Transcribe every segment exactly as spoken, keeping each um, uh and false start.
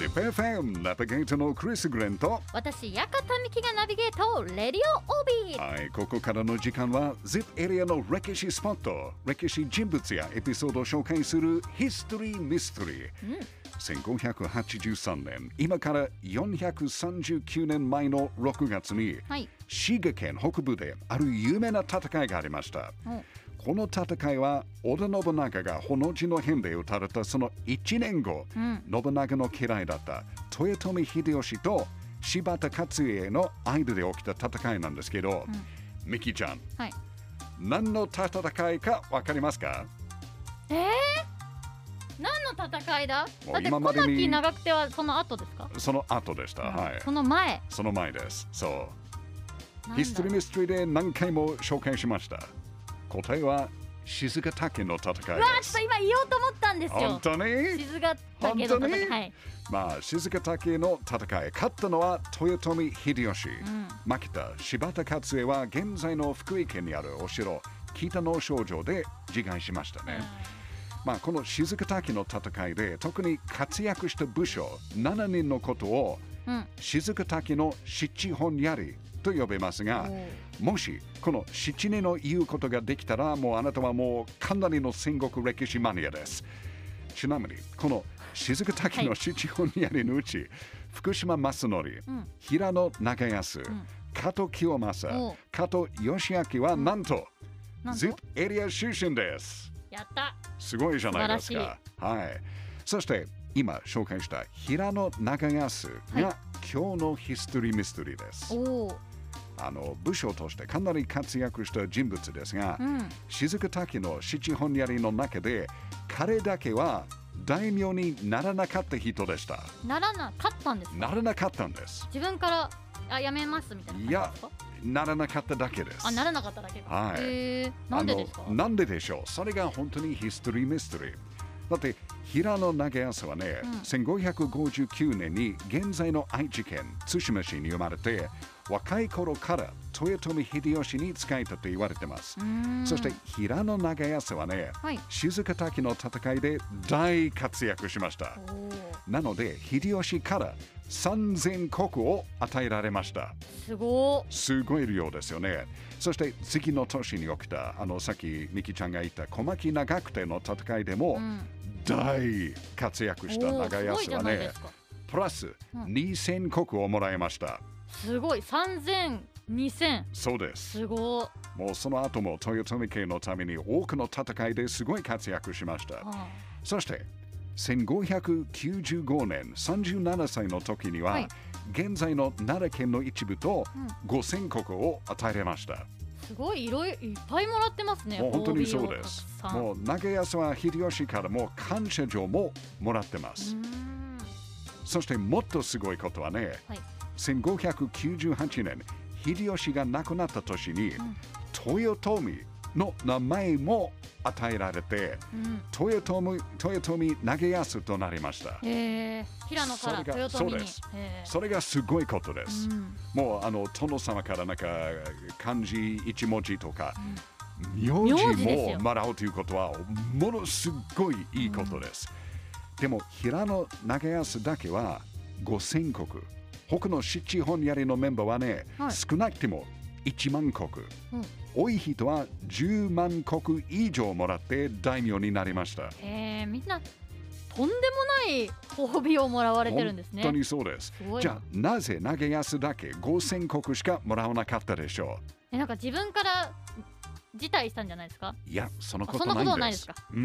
ジップエフエム ナビゲーターのクリス・グレンと私、館美希がナビゲーター、レディオオビー。 はい、ここからの時間は ジップ エリアの歴史スポット、歴史人物やエピソードを紹介するヒストリー・ミステリー、うん、せんごひゃくはちじゅうさんねん、今からよんひゃくさんじゅうきゅうねんまえのろくがつに、はい、滋賀県北部である有名な戦いがありました、うん、この戦いは織田信長がほの字の変で撃たれたそのいちねんご、うん、信長の嫌いだった豊臣秀吉と柴田勝家の間で起きた戦いなんですけど、うん、ミキちゃん、はい、何の戦いか分かりますか？ えー、何の戦いだ？だって小牧長久手はその後ですか？ その後でした、うん、はい。 その前その前です。そうヒストリーミステリーで何回も紹介しました。答えは静ヶ岳の戦いです。うわー、ちょっと今言おうと思ったんですよ。 本当に？ 静ヶ岳の戦い、はい、 まあ静ヶ岳の戦い、勝ったのは豊臣秀吉、うん、負けた柴田勝家は現在の福井県にあるお城北能庄城で自害しましたね、うん、まあこの静ヶ岳の戦いで特に活躍した武将ななにんのことを、うん、静ヶ岳の七本槍と呼べますが、もしこの七人の言うことができたら、もうあなたはもうかなりの戦国歴史マニアです。ちなみにこの静ヶ岳の七本槍のうち、はい、福島正則、うん、平野長康、うん、加藤清正、加藤義明はなんと、うん、ジップエリア出身です。 やった。 すごいじゃないですか。はい。そして今紹介した平野長康が、はい、今日のヒストリーミステリーです。おー、あの武将としてかなり活躍した人物ですが、うん、静ヶ岳の七本槍の中で彼だけは大名にならなかった人でした。 ならなかったんですか？ ならなかったんです。 自分からあやめますみたいな感じですか？ いや、ならなかっただけです。 あ、ならなかっただけ。 はい。 えー、なんでですか？ なんででしょう。それが本当にヒストリーミステリー。だって平野長康はね、うん、せんごひゃくごじゅうきゅうねんに現在の愛知県津島市に生まれて、若い頃から豊臣秀吉に仕えたと言われています。そして平野長康はね、はい、静ヶ岳の戦いで大活躍しました。なので秀吉からさんぜんこくを与えられました。 すごい。すごい量ですよね。そして次の年に起きた、あのさっきミキちゃんが言った小牧長久手の戦いでも、うん、大活躍した長康はね、プラスにせんこくをもらいました。 すごい。さんぜん、にせん。 そうです。 すごい。もうその後も豊臣家のために多くの戦いですごい活躍しました。はあ、そしてせんごひゃくきゅうじゅうごねん、さんじゅうななさいの時には、はい、現在の奈良県の一部とごせんこくを与えられました。 すごい、いろいろいっぱいもらってますね。 もう本当にそうです。もう長康は秀吉からも感謝状ももらってます。そしてもっとすごいことはね、はい、せんごひゃくきゅうじゅうはちねん、秀吉が亡くなった年に、うん、豊臣の名前も与えられて、うん、豊臣、豊臣長康となりました。 へー、平野から豊臣に。 そうです。それがすごいことです。うん、もうあの殿様からなんか漢字一文字とか、うん、名字ももらうということはものすごいいいことです。うん、でも平野長康だけはごせんこく。他の七本槍のメンバーはね、はい、少なくてもいちまんこく、うん、多い人はじゅうまんこく以上もらって大名になりました。 へー、みんなとんでもない褒美をもらわれてるんですね。 本当にそうです。すじゃあなぜ長康だけごせんこくしかもらわなかったでしょう？ え、なんか自分から辞退したんじゃないですか？ いや、そのことないんです。そんなことはないですか？うん。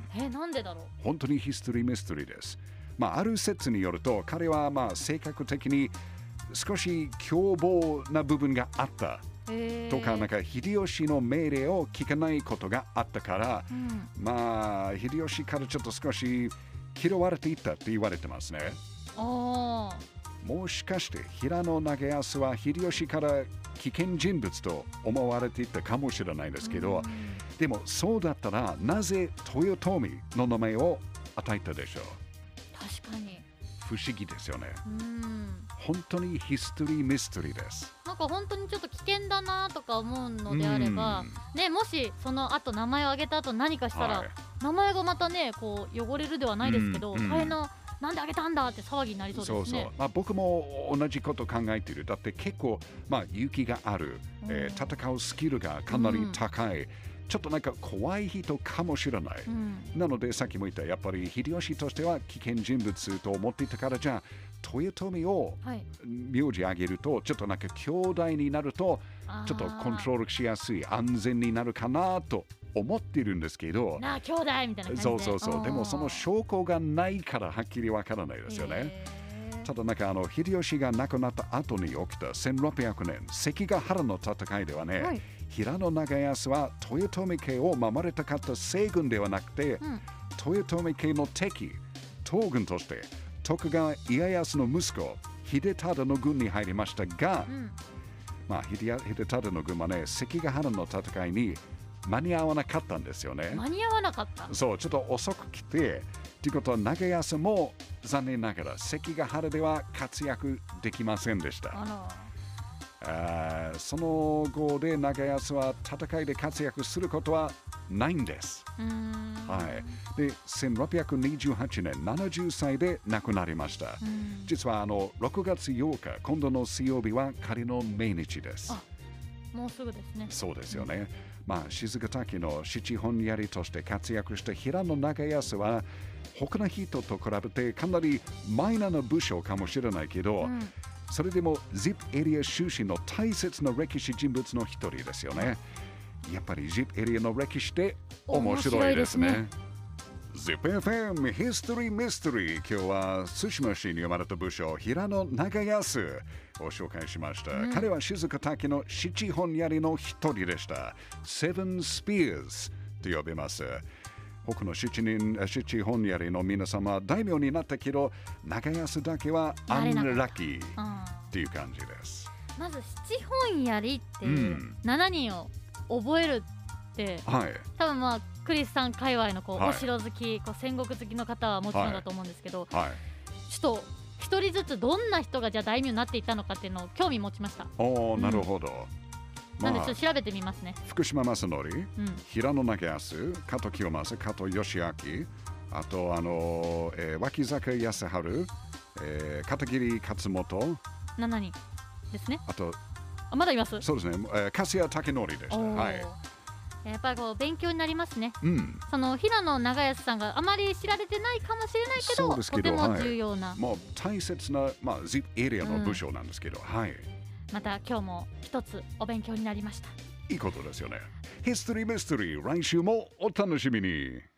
え、なんでだろう？ 本当にヒストリーミステリーです。まあ、ある説によると彼はまあ性格的に少し凶暴な部分があったとか、なんか秀吉の命令を聞かないことがあったから、うん、まあ秀吉からちょっと少し嫌われていったって言われてますね。あ、もしかして平野長康は秀吉から危険人物と思われていたかもしれないですけど、うん、でもそうだったらなぜ豊臣の名前を与えたでしょう？ 確かに不思議ですよね。うん、本当にヒストリーミステリーです。 なんか本当にちょっと危険だなとか思うのであれば、ね、もしその後名前を挙げた後何かしたら、はい、名前がまたねこう汚れるではないですけど、大変ななんであげたんだって騒ぎになりそうですね。 そうそう、まあ、僕も同じこと考えている。だって結構、まあ、勇気がある、えー、戦うスキルがかなり高い、うん、ちょっとなんか怖い人かもしれない、うん、なのでさっきも言ったやっぱり秀吉としては危険人物と思っていたから、じゃあ豊臣を名字上げると、はい、ちょっとなんか兄弟になるとちょっとコントロールしやすい、安全になるかなと思っているんですけど、 なあ兄弟みたいな感じで、 そうそうそう、でもその証拠がないからはっきりわからないですよね。ただなんかあの秀吉が亡くなった後に起きたせんろっぴゃくねん関ヶ原の戦いではね、はい、平野長康は豊臣家を守りたかった西軍ではなくて、うん、豊臣家の敵東軍として徳川家康の息子秀忠の軍に入りましたが、うん、まあ秀忠の軍はね関ヶ原の戦いに間に合わなかったんですよね。 間に合わなかった。 そう、ちょっと遅く来て、ということは長康も残念ながら関ヶ原では活躍できませんでした。ああ、その後で長康は戦いで活躍することはないんです。はい、でせんろっぴゃくにじゅうはちねんななじゅっさいで亡くなりました。実はあのろくがつようか今度の水曜日は彼の命日です。 あ、もうすぐですね。 そうですよね。うんまあ、静ヶ滝の七本槍として活躍した平野長康は他の人と比べてかなりマイナーな武将かもしれないけど、うん、それでも ジップ エリア出身の大切な歴史人物の一人ですよね。やっぱり ジップ エリアの歴史って面白いですね。ジップ エフエム History Mystery、 今日は対馬市に生まれた武将平野長康を紹介しました。うん、彼は静ヶ滝の七本槍の一人でした。Seven Spears と呼びます。他の七人七本槍の皆様大名になったけど長康だけはアンラッキーっていう感じです。 まず七本槍っていうしちにんを覚えるって、うんはい、多分まあクリスさん界隈のこう、はい、お城好きこう戦国好きの方はもちろんだと思うんですけど、はいはい、ちょっと一人ずつどんな人がじゃあ大名になっていったのかっていうのを興味持ちました。 おお、なるほど。 うんまあ、なんでちょっと調べてみますね。 福島正則、うん、平野長康、加藤清正、加藤義明、あとあの、えー、脇坂康晴、えー、片桐勝元、 しちにんですね。 あとあまだいます。 そうですね。えー、粕谷武則でした。はい。 やっぱりこう勉強になりますね。うん、その平野長康さんがあまり知られてないかもしれないけど、とても重要な、はい、 もう大切な、まあ、ジップエリアの武将なんですけど、うん、はい。 また今日も一つお勉強になりました。 いいことですよね。ヒストリーミステリー、来週もお楽しみに。